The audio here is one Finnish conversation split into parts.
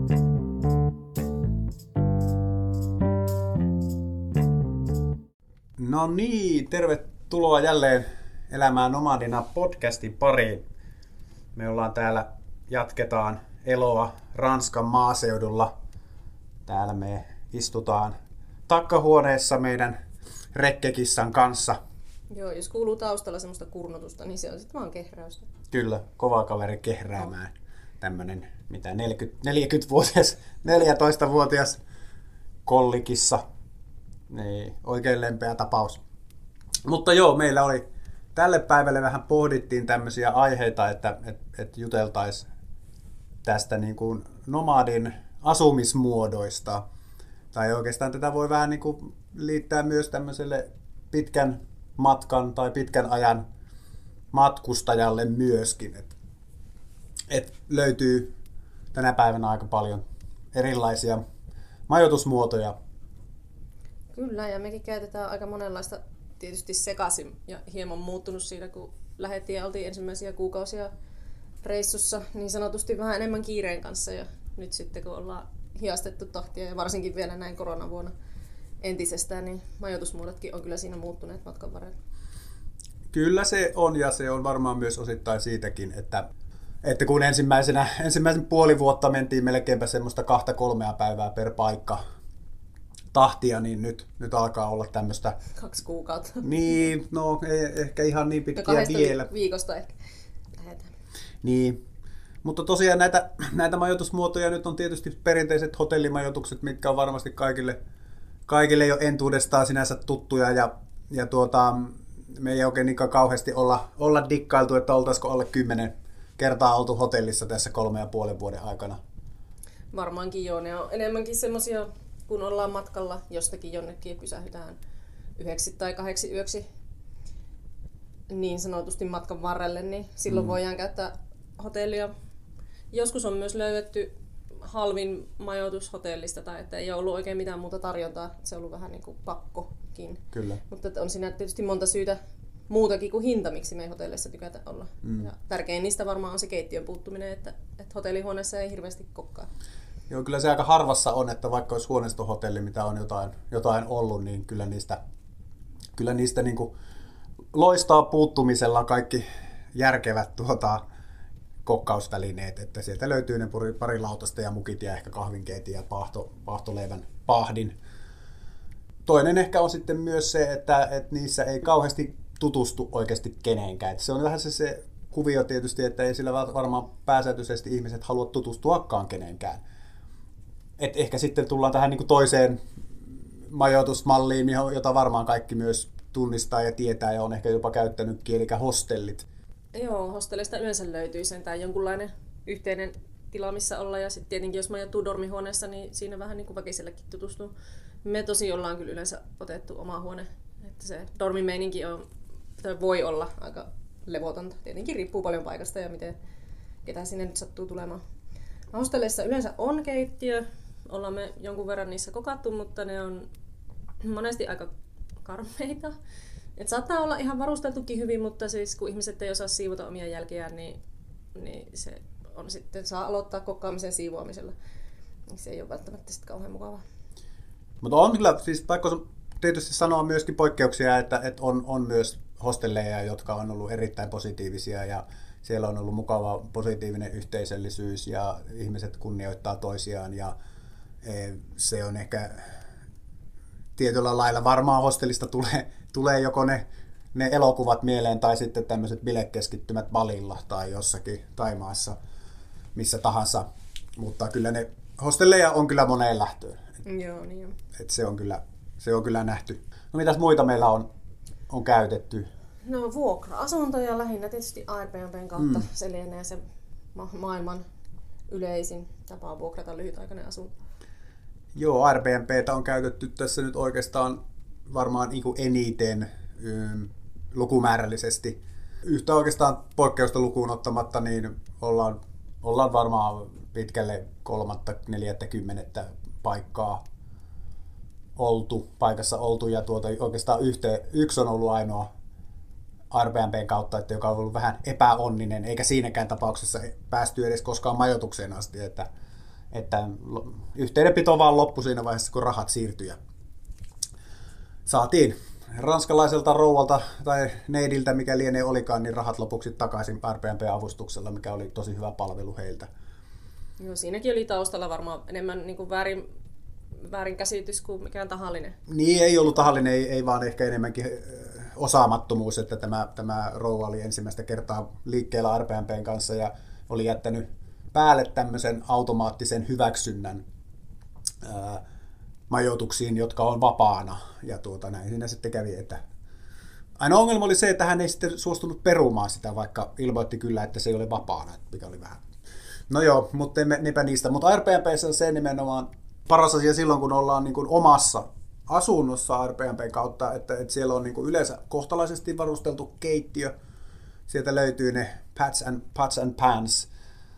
No niin, tervetuloa jälleen Elämään nomadina podcastin pariin. Me ollaan täällä, jatketaan eloa Ranskan maaseudulla. Täällä me istutaan takkahuoneessa meidän rekkekissan kanssa. Joo, jos kuuluu taustalla semmoista kurnotusta, niin se on sitten vaan kehräystä. Kyllä, kova kaveri kehräämään. Tämmönen, 40-vuotias, 14-vuotias kollikissa. Niin, oikein lempeä tapaus. Mutta joo, meillä oli tälle päivälle vähän pohdittiin tämmöisiä aiheita, että juteltaisiin tästä niin kuin nomadin asumismuodoista. Tai oikeastaan tätä voi vähän niin kuin liittää myös tämmöiselle pitkän matkan tai pitkän ajan matkustajalle myöskin. Et löytyy tänä päivänä aika paljon erilaisia majoitusmuotoja. Kyllä, ja mekin käytetään aika monenlaista tietysti sekaisin ja hieman muuttunut siitä, kun lähdettiin ja oltiin ensimmäisiä kuukausia reissussa niin sanotusti vähän enemmän kiireen kanssa. Ja nyt sitten kun ollaan hiastettu tahtia ja varsinkin vielä näin koronavuonna entisestään, niin majoitusmuodotkin on kyllä siinä muuttuneet matkan varrella. Kyllä se on, ja se on varmaan myös osittain siitäkin, että kun ensimmäisen puoli vuotta mentiin melkeinpä semmoista 2-3 päivää per paikka tahtia, niin nyt alkaa olla tämmöistä 2 kuukautta. Niin, no ei ehkä ihan niin pitkiä vielä. Viikosta ehkä lähdetään. Niin, mutta tosiaan näitä majoitusmuotoja nyt on tietysti perinteiset hotellimajoitukset, mitkä on varmasti kaikille jo entuudestaan sinänsä tuttuja, ja me ei oikein niin kauheasti olla dikkailtu, että oltaisiko alle 10 kertaa oltu hotellissa tässä 3,5 vuoden aikana. Varmaankin joo, ne on enemmänkin semmoisia, kun ollaan matkalla jostakin jonnekin ja pysähdytään 9 tai 8 yöksi niin sanotusti matkan varrelle, niin silloin voidaan käyttää hotellia. Joskus on myös löydetty halvin majoitus hotellista, tai että ei ole ollut oikein mitään muuta tarjontaa. Se on ollut vähän niin kuin pakkokin. Kyllä. Mutta on siinä tietysti monta syytä muutakin kuin hinta, miksi me ei hotelleissa tykätä olla. Ja tärkein niistä varmaan on se keittiön puuttuminen, että hotellihuoneessa ei hirveästi kokkaa. Joo, kyllä se aika harvassa on, että vaikka olisi huoneistohotelli, mitä on jotain ollut, niin kyllä niistä niin kuin loistaa puuttumisella kaikki järkevät kokkausvälineet, että sieltä löytyy ne pari lautasta ja mukit ja ehkä kahvinkeitin ja paahtoleivän paahdin. Toinen ehkä on sitten myös se, että niissä ei kauheasti tutustu oikeasti kenenkään. Että se on vähän se kuvio tietysti, että ei sillä varmaan pääsääntöisesti ihmiset halua tutustuakaan kenenkään. Et ehkä sitten tullaan tähän niin kuin toiseen majoitusmalliin, jota varmaan kaikki myös tunnistaa ja tietää ja on ehkä jopa käyttänytkin, eli hostellit. Joo, hostellista yleensä löytyy sentään jonkunlainen yhteinen tila, missä olla. Ja sitten tietenkin, jos majoittuu dormihuoneessa, niin siinä vähän niin kuin väkiselläkin tutustuu. Me tosi ollaan kyllä yleensä otettu oma huone. Että se dormimeininki voi olla aika levotonta. Tietenkin riippuu paljon paikasta ja ketä sinne nyt sattuu tulemaan. Hostelleissa yleensä on keittiö. Ollaan me jonkun verran niissä kokattu, mutta ne on monesti aika karmeita. Et saattaa olla ihan varusteltukin hyvin, mutta siis kun ihmiset ei osaa siivota omia jälkiään, niin se on sitten, saa aloittaa kokkaamisen siivoamisella. Se ei ole välttämättä sitten kauhean mukavaa. Mutta on kyllä, siis pakko tietysti sanoa myöskin poikkeuksia, että on myös hostelleja, jotka on ollut erittäin positiivisia ja siellä on ollut mukava positiivinen yhteisöllisyys ja ihmiset kunnioittaa toisiaan ja se on ehkä tietyllä lailla varmaan hostellista tulee joko ne elokuvat mieleen tai sitten tämmöiset bilekeskittymät Balilla tai jossakin Thaimaassa, missä tahansa, mutta kyllä ne hostelleja on kyllä moneen lähtöön. Joo, niin on. Et se on kyllä nähty. No mitäs muita meillä on käytetty? No vuokra-asuntoja lähinnä tietysti Airbnb:n kautta. Se lienee se maailman yleisin tapa vuokrata lyhytaikainen asunto. Joo, Airbnb:tä on käytetty tässä nyt oikeastaan varmaan eniten lukumäärällisesti. Yhtä oikeastaan poikkeusta lukuun ottamatta, niin ollaan varmaan pitkälle 3.–4.10. paikassa oltu ja oikeastaan yksi on ollut ainoa Airbnb:n kautta, että joka on ollut vähän epäonninen, eikä siinäkään tapauksessa päästy edes koskaan majoitukseen asti, että että yhteydenpito vaan loppui siinä vaiheessa, kun rahat siirtyi. Saatiin ranskalaiselta rouvalta tai neidiltä, mikä lienee olikaan, niin rahat lopuksi takaisin RPMP-avustuksella, mikä oli tosi hyvä palvelu heiltä. Joo, siinäkin oli taustalla varmaan enemmän niin kuin väärinkäsitys kuin mikään tahallinen. Niin, ei ollut tahallinen, ei vaan ehkä enemmänkin osaamattomuus, että tämä rouva oli ensimmäistä kertaa liikkeellä RPMPn kanssa ja oli jättänyt päälle tämmöisen automaattisen hyväksynnän majoituksiin, jotka on vapaana. Ja näin siinä sitten kävi, että ainoa ongelma oli se, että hän ei sitten suostunut perumaan sitä, vaikka ilmoitti kyllä, että se ei ole vapaana, mikä oli vähän. No joo, mutta niinpä niistä. Mutta RPMPssä on se nimenomaan paras asia silloin, kun ollaan niin kuin omassa asunnossa RPMPn kautta, että siellä on niin kuin yleensä kohtalaisesti varusteltu keittiö. Sieltä löytyy ne pots and pans.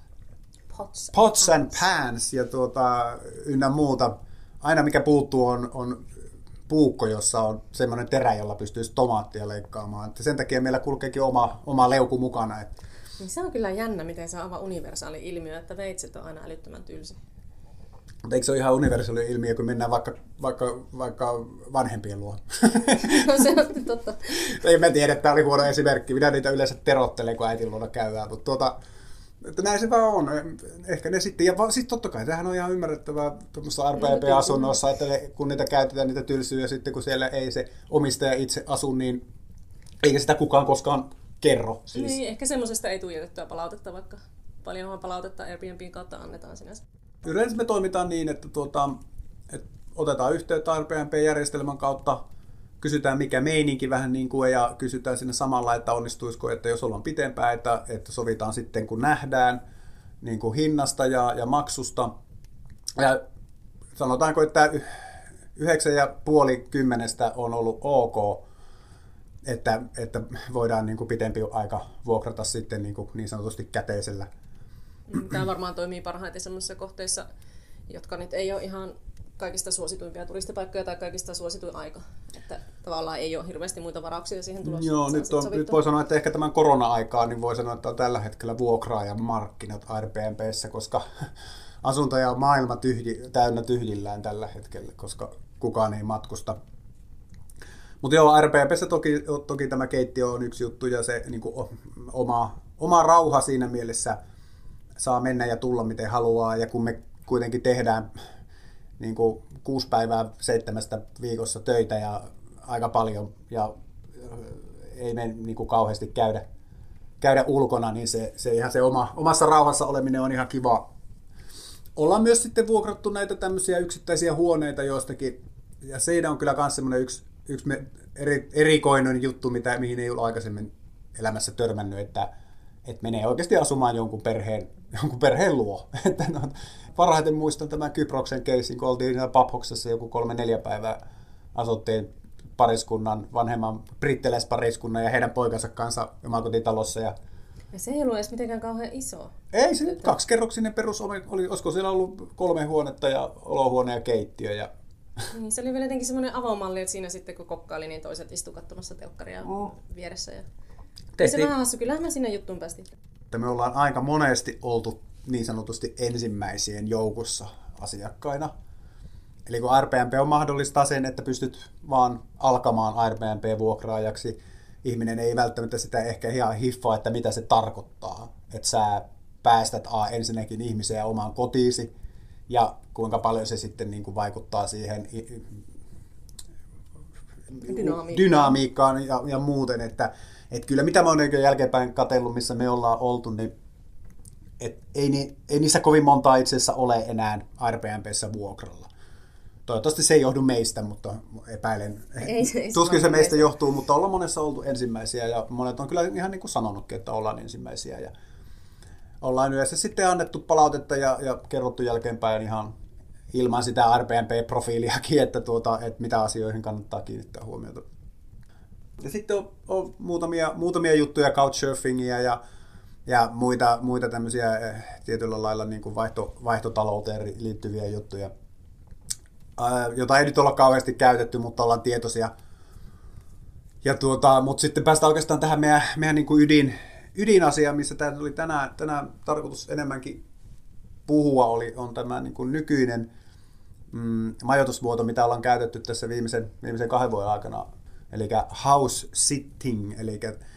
Pots and pans ja ynnä muuta. Aina mikä puuttuu on puukko, jossa on semmoinen terä, jolla pystyisi tomaattia leikkaamaan. Että sen takia meillä kulkeekin oma leuku mukana. Niin se on kyllä jännä, miten se on aivan universaali ilmiö, että veitset on aina älyttömän tylsä. Mutta eikö se ole ihan universaali ilmiö, kun mennään vaikka vanhempien luo? No se on totta. Ei mä tiedä, että tämä oli huono esimerkki. Minä niitä yleensä terottelen, kun äitin luona käydään. Mutta että näin se vaan on. Ehkä ne sitten. Ja siis totta kai, tämähän on ihan ymmärrettävää tuommoisessa RPP-asunnossa, että kun niitä käytetään, niitä tylsyy, ja sitten kun siellä ei se omistaja itse asu, niin eikä sitä kukaan koskaan kerro. Siis. Niin, ehkä semmoisesta ei tule jätettyä palautetta, vaikka paljon palautetta Airbnbin kautta annetaan sinänsä. Yleensä me toimitaan niin, että otetaan yhteyttä Airbnb-järjestelmän kautta, kysytään mikä meininki vähän niin kuin, ja kysytään sinne samalla, että onnistuisiko, että jos ollaan pitempään, että sovitaan sitten kun nähdään niin kuin hinnasta ja maksusta. Ja sanotaanko, että 9,5 on ollut ok, että voidaan niin kuin pitempi aika vuokrata sitten niin sanotusti käteisellä. Tämä varmaan toimii parhaiten sellaisissa kohteissa, jotka nyt ei ole ihan kaikista suosituimpia turistipaikkoja tai kaikista suosituin aika. Että tavallaan ei ole hirveästi muita varauksia siihen tulossa. Joo, nyt voi sanoa, että ehkä tämän korona-aikaan niin voi sanoa, että on tällä hetkellä vuokraajan markkinat Airbnb:ssä, koska asuntoja on maailma täynnä tyhjillään tällä hetkellä, koska kukaan ei matkusta. Mutta joo, Airbnb:ssä toki tämä keittiö on yksi juttu ja se niin kuin oma rauha siinä mielessä saa mennä ja tulla miten haluaa, ja kun me kuitenkin tehdään niin kuin 6 päivää 7 viikossa töitä ja aika paljon, ja ei me niin kuin kauheasti käydä ulkona, niin se ihan se omassa rauhassa oleminen on ihan kiva. Ollaan myös sitten vuokrattu näitä tämmöisiä yksittäisiä huoneita joistakin, ja siinä on kyllä myös semmoinen yksi erikoinen juttu, mihin ei ole aikaisemmin elämässä törmännyt, että menee oikeasti asumaan jonkun perheen luo. Parhaiten muistan tämän Kyproksen keissin, kun oltiin Paphoksessa joku 3-4 päivää, asuttiin vanhemman brittiläispariskunnan ja heidän poikansa kanssa omakotitalossa. Ja se ei ollut edes mitenkään kauhean iso. Ei, se 2-kerroksinen perus oli, olisiko siellä ollut 3 huonetta ja olohuone ja keittiö. Ja niin, se oli vielä jotenkin semmoinen avomalli, että siinä sitten kun kokkaili, niin toiset istu katsomassa telkkaria vieressä. Ja se vähän hassu, kyllähän mä sinne juttuun päästiin. Me ollaan aika monesti oltu niin sanotusti ensimmäisien joukossa asiakkaina. Eli kun Airbnb on mahdollistaa sen, että pystyt vaan alkamaan Airbnb-vuokraajaksi, ihminen ei välttämättä sitä ehkä ihan hiffaa, että mitä se tarkoittaa. Että sä päästät ensinnäkin ihmisiä omaan kotiisi, ja kuinka paljon se sitten niin kuin vaikuttaa siihen dynamiikkaan ja muuten. Että kyllä mitä mä oon jälkeenpäin katsellut, missä me ollaan oltu, niin ei niissä kovin montaa itse asiassa ole enää Airbnb:ssä vuokralla. Toivottavasti se ei johdu meistä, mutta epäilen. Tuskin se meistä johtuu, mutta ollaan monessa oltu ensimmäisiä, ja monet on kyllä ihan niin kuin sanonutkin, että ollaan ensimmäisiä. Ja ollaan yleensä sitten annettu palautetta ja kerrottu jälkeenpäin ihan ilman sitä Airbnb-profiiliakin, että mitä asioihin kannattaa kiinnittää huomiota. Ja sitten on muutamia juttuja, couchsurfingia ja muita tämmöisiä tietyllä lailla niin kuin vaihtotalouteen liittyviä juttuja, jota ei nyt olla kauheasti käytetty, mutta ollaan tietoisia. Ja mutta sitten päästään oikeastaan tähän meidän niin kuin ydinasiaan, missä tämä tuli tänään tarkoitus enemmänkin puhua, on tämä niin kuin nykyinen majoitusmuoto, mitä ollaan käytetty tässä viimeisen 2 vuoden aikana, eli house sitting, eli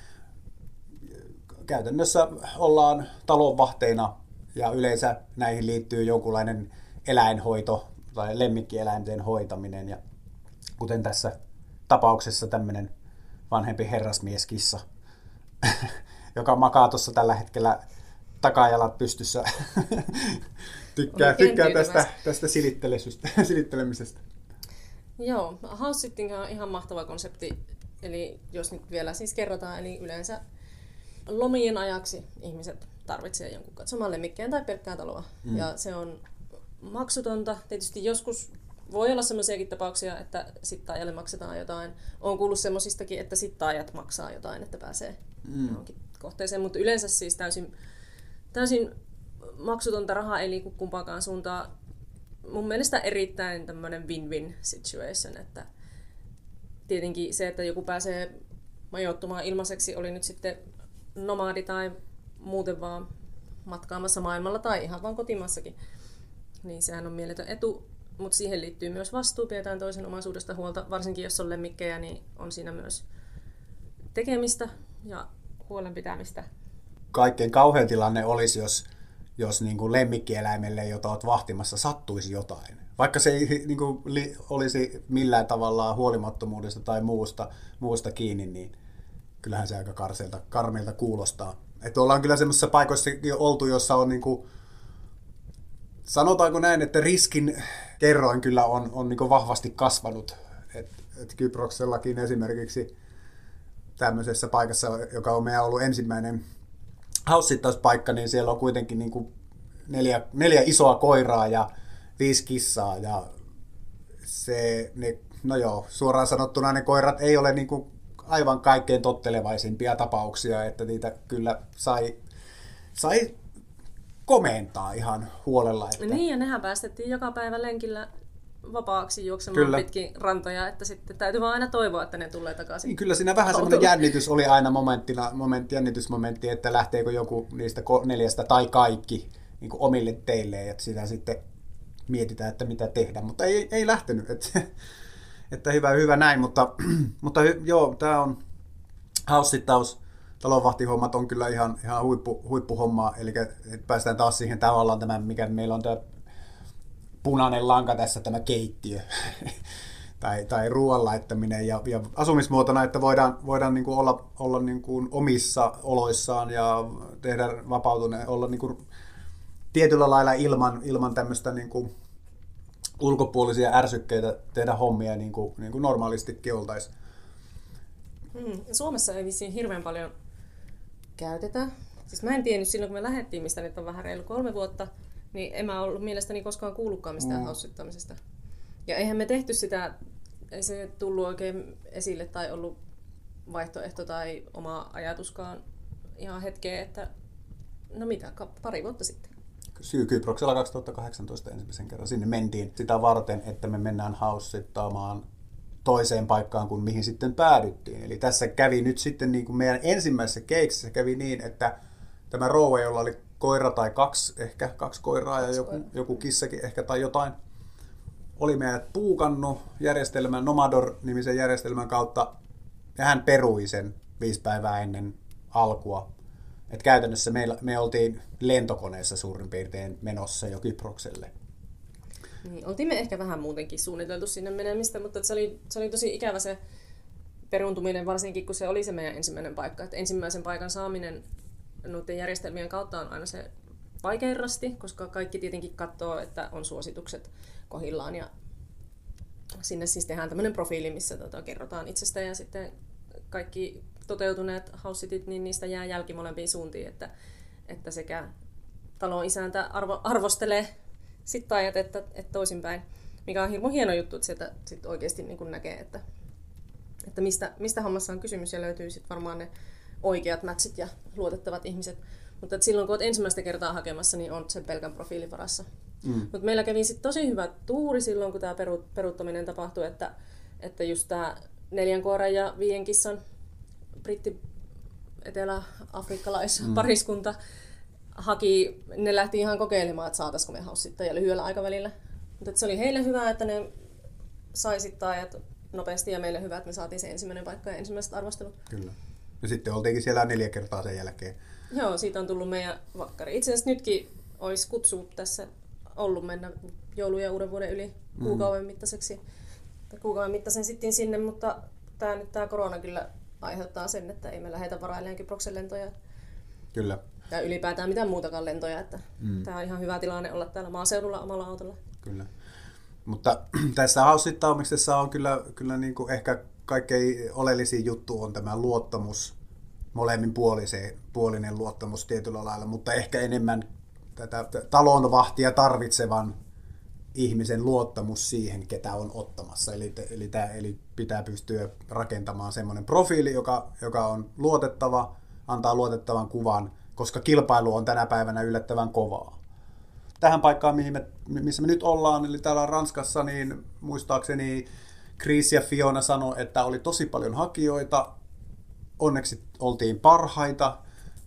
käytännössä ollaan talonvahteina ja yleensä näihin liittyy jonkunlainen eläinhoito tai lemmikkieläinten hoitaminen. Ja kuten tässä tapauksessa tämmöinen vanhempi herrasmieskissa, joka makaa tuossa tällä hetkellä takajalat pystyssä, tykkää tästä silittelemisestä. Joo, house sitting on ihan mahtava konsepti. Eli jos nyt vielä siis kerrotaan, eli yleensä lomien ajaksi ihmiset tarvitsee jonkun katsomaan lemmikkeen tai pelkkää taloa. Ja se on maksutonta. Tietysti joskus voi olla semmoisiakin tapauksia, että sittaajalle maksetaan jotain. Olen kuullut semmoisistakin, että sittaajat maksaa jotain, että pääsee johonkin kohteeseen. Mutta yleensä siis täysin maksutonta rahaa ei liiku kumpaakaan suuntaan. Mun mielestä erittäin tämmöinen win-win situation, että tietenkin se, että joku pääsee majoittumaan ilmaiseksi, oli nyt sitten nomadi tai muuten vaan matkaamassa maailmalla tai ihan vaan kotimaassakin, niin sehän on mieletön etu, mutta siihen liittyy myös vastuu, pidetään toisen omaisuudesta huolta, varsinkin jos on lemmikkejä, niin on siinä myös tekemistä ja huolenpitämistä. Kaikkein kauhein tilanne olisi, jos niin kuin lemmikkieläimelle, jota olet vahtimassa, sattuisi jotain. Vaikka se ei niin kuin, olisi millään tavalla huolimattomuudesta tai muusta kiinni, niin kyllähän se aika karmeilta kuulostaa. Että ollaan kyllä semmoisissa paikoissa oltu, jossa on, niin kuin, sanotaanko näin, että riskin kerroin kyllä on niin kuin vahvasti kasvanut. Et Kyproksellakin esimerkiksi tämmöisessä paikassa, joka on meidän ollut ensimmäinen haussittauspaikka, niin siellä on kuitenkin niin kuin 4 isoa koiraa ja 5 kissaa. Ja suoraan sanottuna ne koirat ei ole niin kuin aivan kaikkein tottelevaisimpia tapauksia, että niitä kyllä sai komentaa ihan huolella. Että... Niin, ja nehän päästettiin joka päivä lenkillä vapaaksi juoksemaan pitkin rantoja, että sitten täytyy vaan aina toivoa, että ne tulee takaisin. Niin, kyllä siinä vähän semmoinen jännitys oli aina jännitysmomentti, että lähteekö joku niistä 4 tai kaikki niin kuin omille teille, että sitä sitten mietitään, että mitä tehdä, mutta ei lähtenyt, että hyvä näin, mutta joo, tämä on haussittaus, talonvahtihommat on kyllä ihan huippuhommaa, eli päästään taas siihen tavallaan tämä, mikä meillä on tämä punainen lanka tässä, tämä keittiö tai ruoan laittaminen ja asumismuotona, että voidaan niin kuin olla niin kuin omissa oloissaan ja tehdä vapautuneen, olla niin kuin tietyllä lailla ilman tämmöistä niin kuin ulkopuolisia ärsykkeitä tehdä hommia niin kuin normaalistikin oltaisiin. Suomessa ei vissiin hirveän paljon käytetä. Siis mä en tiennyt silloin, kun me lähdettiin, mistä nyt on vähän reilu 3 vuotta, niin en mä ollut mielestäni koskaan kuullutkaan mistään haussittamisesta. Ja eihän me tehty sitä, ei se tullut oikein esille tai ollut vaihtoehto tai oma ajatuskaan ihan hetkeen, että no mitä, 2 vuotta sitten. Kyproksella 2018 ensimmäisen kerran. Sinne mentiin sitä varten, että me mennään haussittamaan toiseen paikkaan kuin mihin sitten päädyttiin. Eli tässä kävi nyt sitten niin kuin meidän ensimmäisessä keiksissä kävi niin, että tämä rouva, jolla oli koira tai 2 koiraa ja joku kissakin ehkä tai jotain, oli meidät puukannut järjestelmän, Nomador-nimisen järjestelmän kautta, ja hän perui sen 5 päivää ennen alkua. Et käytännössä me oltiin lentokoneessa suurin piirtein menossa jo Kyprokselle. Niin, oltiin me ehkä vähän muutenkin suunniteltu sinne menemistä, mutta se oli tosi ikävä se peruuntuminen, varsinkin kun se oli se meidän ensimmäinen paikka. Et ensimmäisen paikan saaminen noiden järjestelmien kautta on aina se vaikein rasti, koska kaikki tietenkin katsoo, että on suositukset kohdillaan. Ja sinne siis tehdään tämmöinen profiili, missä kerrotaan itsestä ja sitten kaikki toteutuneet house-sitit, niin niistä jää jälki molempiin suuntiin, että sekä talon isäntä arvostelee sittaajat että toisinpäin, mikä on hirveän hieno juttu, että sieltä sit oikeasti niin kuin näkee, että mistä hommassa on kysymys ja löytyy sitten varmaan ne oikeat matchit ja luotettavat ihmiset. Mutta silloin kun olet ensimmäistä kertaa hakemassa, niin on sen pelkän profiilin varassa. Mutta meillä kävi sitten tosi hyvä tuuri silloin, kun tämä peruuttaminen tapahtui, että just tämä 4 koiran ja 5 kissan britti etelä-afrikkalaispariskunta ne lähti ihan kokeilemaan, että saataisiko me haussittajia lyhyellä aikavälillä. Mutta se oli heille hyvä, että ne sai sitten ajat nopeasti ja meille hyvä, että me saatiin se ensimmäinen paikka ja ensimmäiset arvostelut. Kyllä. Ja sitten oltiinkin siellä 4 kertaa sen jälkeen. Joo, siitä on tullut meidän vakkari. Itse asiassa nytkin olisi kutsu tässä ollut mennä joulun ja uuden vuoden yli kuukauden mittaiseksi. Kuukauden mittaisen sitten sinne, mutta tämä korona kyllä aiheuttaa sen, että ei me lähetä varailleen Kyproksen lentoja. Kyllä. Ja ylipäätään mitään muutakaan lentoja. Että tämä on ihan hyvä tilanne olla täällä maaseudulla omalla autolla. Kyllä. Mutta tässä haussittauksessa on kyllä niin kuin ehkä kaikkein oleellisin juttu on tämä luottamus, molemminpuolinen luottamus tietyllä lailla, mutta ehkä enemmän tätä talonvahtia tarvitsevan ihmisen luottamus siihen, ketä on ottamassa. Eli pitää pystyä rakentamaan semmoinen profiili, joka on luotettava, antaa luotettavan kuvan, koska kilpailu on tänä päivänä yllättävän kovaa. Tähän paikkaan, missä me nyt ollaan, eli täällä Ranskassa, niin muistaakseni Chris ja Fiona sanoi, että oli tosi paljon hakijoita, onneksi oltiin parhaita,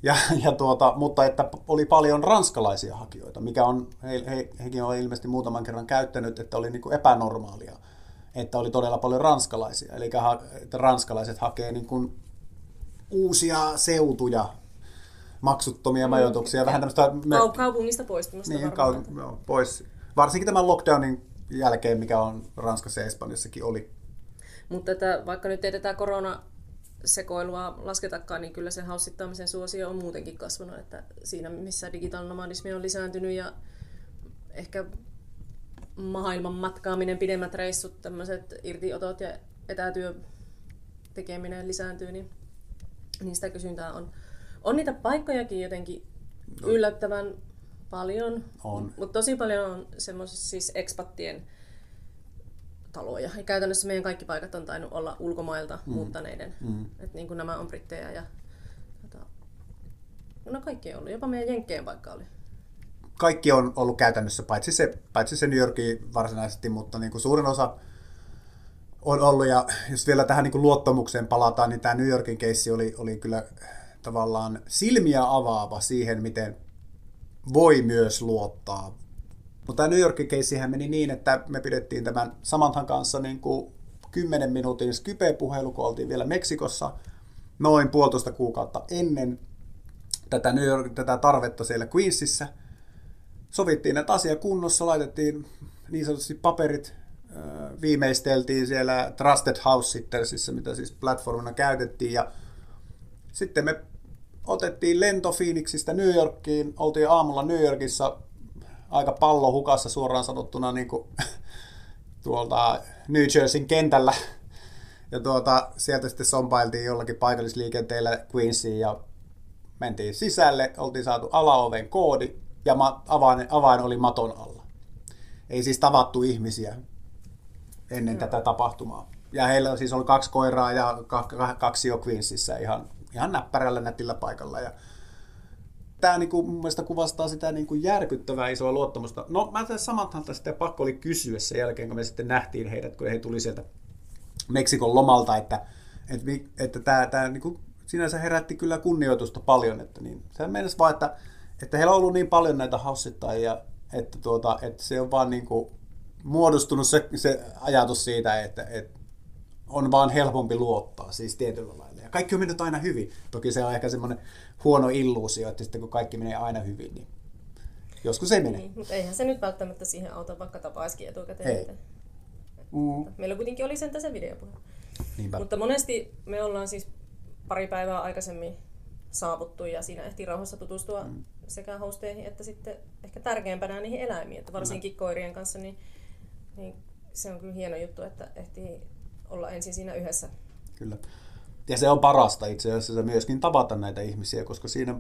mutta että oli paljon ranskalaisia hakijoita, mikä on, hekin on ilmeisesti muutaman kerran käyttänyt, että oli niin kuin epänormaalia, että oli todella paljon ranskalaisia, eli että ranskalaiset hakee niin kuin uusia seutuja, maksuttomia majoituksia, vähän tämmöistä... Kaupungista poistumasta niin, varmaan. Pois. Varsinkin tämän lockdownin jälkeen, mikä on Ranskassa ja Espanjassakin oli. Mutta vaikka nyt ei tätä koronasekoilua lasketakaan, niin kyllä se haussittamisen suosio on muutenkin kasvanut. Että siinä, missä digitaalinen nomadismi on lisääntynyt ja ehkä maailman matkaaminen, pidemmät reissut, tämmöiset irtiotot ja etätyö tekeminen lisääntyy, niin sitä kysyntää on. On niitä paikkojakin jotenkin yllättävän paljon, mutta tosi paljon on semmoisissa siis expattien taloja. Ja käytännössä meidän kaikki paikat on tainnut olla ulkomailta muuttaneiden. Et niin kuin nämä on brittejä ja no kaikki on ollut, jopa meidän jenkkeen paikka oli. Kaikki on ollut käytännössä, paitsi se New Yorkin varsinaisesti, mutta niin kuin suurin osa on ollut. Ja jos vielä tähän niin kuin luottamukseen palataan, niin tämä New Yorkin keissi oli kyllä tavallaan silmiä avaava siihen, miten voi myös luottaa. Mutta tämä New Yorkin keissihän meni niin, että me pidettiin tämän Samanthan kanssa niin kuin 10 minuutin Skype-puhelu, kun oltiin vielä Meksikossa noin 1,5 kuukautta ennen tätä tarvetta siellä Queensissä. Sovittiin, että asia kunnossa, laitettiin niin sanotusti paperit, viimeisteltiin siellä Trusted House Sittersissa, mitä siis platformina käytettiin, ja sitten me otettiin lento Phoenixista New Yorkiin, oltiin aamulla New Yorkissa aika pallo hukassa suoraan sanottuna niin kuin tuolta New Jerseyn kentällä. Ja sieltä sitten sompailtiin jollakin paikallisliikenteellä Queensiin ja mentiin sisälle, oltiin saatu alaoven koodi ja avain oli maton alla. Ei siis tavattu ihmisiä ennen tätä tapahtumaa. Ja heillä siis oli 2 koiraa ja 2 jo Queensissä ihan näppärällä nätillä paikalla. Ja tämä niin mun mielestä kuvastaa sitä niin kuin järkyttävää isoa luottamusta. No mä tässä Samanthalta sitten pakko oli kysyä sen jälkeen, kun me sitten nähtiin heidät, kun he tuli sieltä Meksikon lomalta, että tämä niin kuin sinänsä herätti kyllä kunnioitusta paljon. Että niin, se meinasi vaan, että heillä on ollut niin paljon näitä haussittajia, että se on vaan niin kuin muodostunut se ajatus siitä, että on vaan helpompi luottaa, siis tietyllä lailla. Ja kaikki on mennyt aina hyvin. Toki se on ehkä semmoinen huono illuusio, että sitten kun kaikki menee aina hyvin, niin joskus ei mene. Niin, mutta eihän se nyt välttämättä siihen auta, vaikka tapaisikin etukäteen. Meillä kuitenkin oli sentään se videopuhe. Niinpä. Mutta monesti me ollaan siis pari päivää aikaisemmin saavuttu ja siinä ehtii rauhassa tutustua sekä hosteihin että sitten ehkä tärkeämpänä niihin eläimiin. Että varsinkin koirien kanssa, niin se on kyllä hieno juttu, että ehtii olla ensin siinä yhdessä. Kyllä. Ja se on parasta itse asiassa myöskin tavata näitä ihmisiä, koska siinä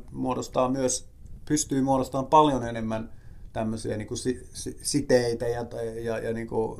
pystyy muodostamaan paljon enemmän tämmöisiä niin kuin siteitä ja niin kuin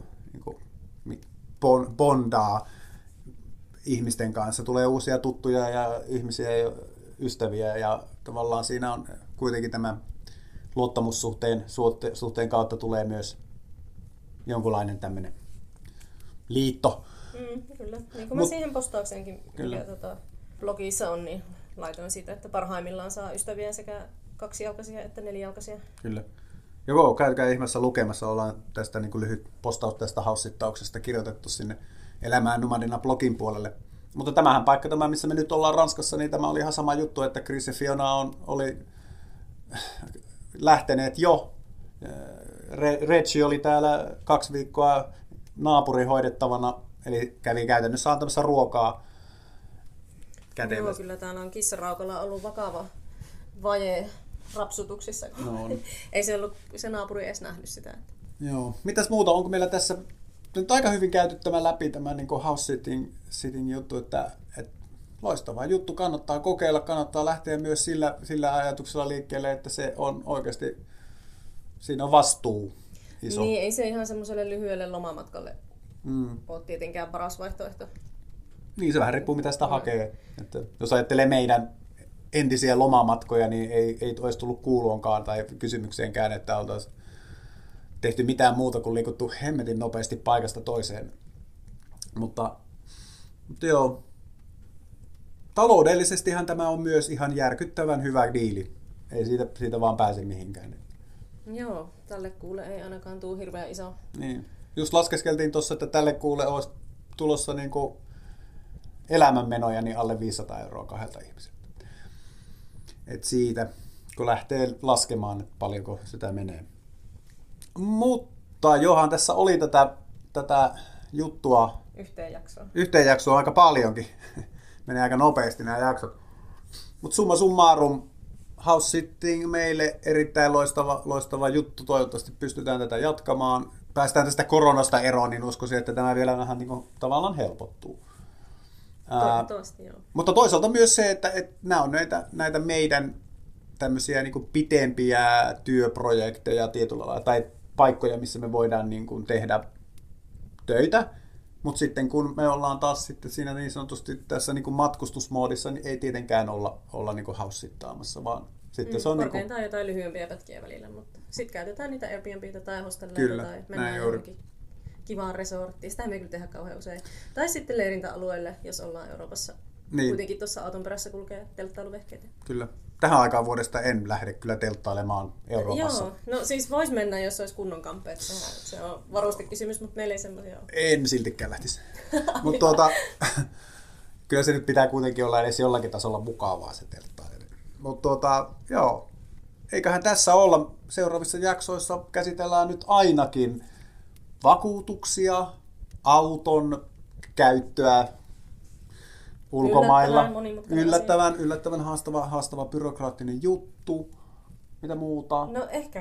bondaa ihmisten kanssa. Tulee uusia tuttuja ja ihmisiä ja ystäviä ja tavallaan siinä on kuitenkin tämä luottamussuhteen kautta tulee myös jonkunlainen tämmöinen liitto. Kyllä. Niin kuin mä siihen postaukseenkin, mikä blogissa on, niin laitoin siitä, että parhaimmillaan saa ystäviä sekä 2-jalkaisia että 4-jalkaisia. Kyllä. Joko käykää ihmeessä lukemassa, ollaan tästä niin kuin lyhyt postaus tästä haussittauksesta kirjoitettu sinne Elämään Nomadina blogin puolelle. Mutta tämähän paikka, tämä missä me nyt ollaan Ranskassa, niin tämä oli ihan sama juttu, että Chris ja Fiona oli lähteneet jo. Reggie oli täällä 2 viikkoa naapurin hoidettavana, eli kävi käytännössä antamassa ruokaa kätevästi. Joo, kyllä täällä on kissaraukalla ollut vakava vaje rapsutuksissa. No, Ei se naapuri edes nähnyt sitä. Joo. Mitäs muuta? Onko meillä tässä nyt aika hyvin käyty tämä läpi, tämä niin kuin house sitting juttu, että loistava juttu, kannattaa kokeilla, kannattaa lähteä myös sillä ajatuksella liikkeelle, että se on oikeasti, siinä on vastuu iso. Niin, ei se ihan semmoiselle lyhyelle lomamatkalle ole tietenkään paras vaihtoehto. Niin, se vähän riippuu mitä sitä hakee. Että jos ajattelee meidän entisiä lomamatkoja, niin ei olisi tullut kuuloonkaan tai kysymykseenkään, että oltaisiin tehty mitään muuta kuin liikuttu hemmetin nopeasti paikasta toiseen. Mutta joo, taloudellisestihan tämä on myös ihan järkyttävän hyvä diili. Ei siitä vaan pääse mihinkään. Joo, tälle kuule ei ainakaan tule hirveän iso. Niin. Just laskeskeltiin tuossa, että tälle kuule olisi tulossa niin kuin elämänmenoja niin alle 500 € 2 ihmiseltä. Et siitä, kun lähtee laskemaan, että paljonko sitä menee. Mutta johan tässä oli tätä juttua. Yhteenjaksoa aika paljonkin. Menee aika nopeasti nämä jaksot. Mutta summa summarum, house sitting meille erittäin loistava juttu. Toivottavasti pystytään tätä jatkamaan. Päästään tästä koronasta eroon, niin uskoisin, että tämä vielä vähän niin kuin tavallaan helpottuu. Toivottavasti, joo. Mutta toisaalta myös se, että nämä on näitä meidän tämmöisiä niin kuin pitempiä työprojekteja tietyllä lailla, tai paikkoja, missä me voidaan niin kuin tehdä töitä, mutta sitten kun me ollaan taas sitten siinä niin sanotusti tässä niin kuin matkustusmoodissa, niin ei tietenkään olla niin kuin haussittaamassa, vaan sitten se on korkeintaan niin kuin jotain lyhyempiä pätkiä välillä, mutta sitten käytetään niitä Airbnbitä tai hostelleita tai mennään johonkin kivaan resorttiin. Sitä me kyllä tehdä kauhean usein. Tai sitten leirintäalueelle, jos ollaan Euroopassa. Niin. Kuitenkin tuossa auton perässä kulkee telttailuvehkeitä. Kyllä. Tähän aikaan vuodesta en lähde kyllä telttailemaan Euroopassa. Joo, no siis vois mennä, jos olisi kunnon kampeet. Se on varustekysymys, mutta meillä ei semmoisia ole. En siltikään lähtisi. Mutta kyllä se nyt pitää kuitenkin olla edes jollakin tasolla mukavaa se telttaile. Mutta joo, eiköhän tässä olla. Seuraavissa jaksoissa käsitellään nyt ainakin vakuutuksia, auton käyttöä ulkomailla. Yllättävän haastava byrokraattinen juttu. Mitä muuta? No ehkä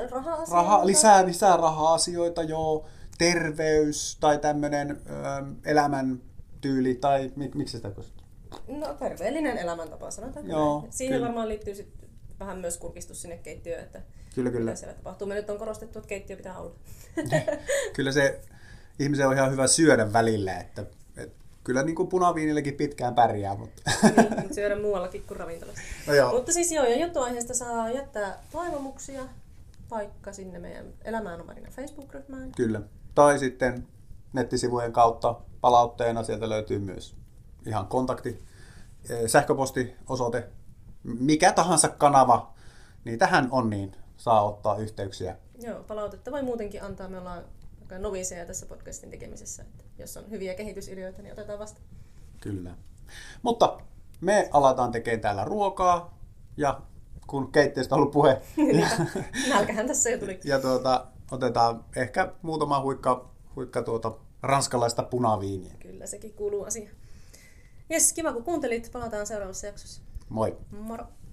lisää raha-asioita, joo. Terveys tai tämmöinen elämäntyyli tai miksi sitä kysytään? No terveellinen elämäntapa sanotaan. Joo, siihen kyllä. Varmaan liittyy sitten vähän myös kurkistus sinne keittiöön, että kyllä. Mitä siellä tapahtuu. Me nyt on korostettu, että keittiö pitää olla. Kyllä se ihmisen on ihan hyvä syödä välillä, että kyllä niin kuin punaviinillekin pitkään pärjää. Mutta niin, syödä muuallakin kuin ravintolassa. No mutta siis joo, ja juttuaiheesta saa jättää toivomuksia vaikka sinne meidän Elämään Nomadina Facebook-ryhmään. Kyllä. Tai sitten nettisivujen kautta palautteena sieltä löytyy myös ihan kontakti, sähköpostiosoite, mikä tahansa kanava, niin tähän on niin, saa ottaa yhteyksiä. Joo, palautetta voi muutenkin antaa. Me ollaan aika noviseja tässä podcastin tekemisessä, että jos on hyviä kehitysideoita, niin otetaan vasta. Kyllä. Mutta me aletaan tekemään täällä ruokaa, ja kun keittiöstä on ollut puhe. Nälkähän tässä jo tuli. Ja otetaan ehkä muutama huikka ranskalaista punaviiniä. Kyllä, sekin kuuluu asiaan. Jes, kiva kun kuuntelit. Palataan seuraavassa jaksossa. Moi. Moro.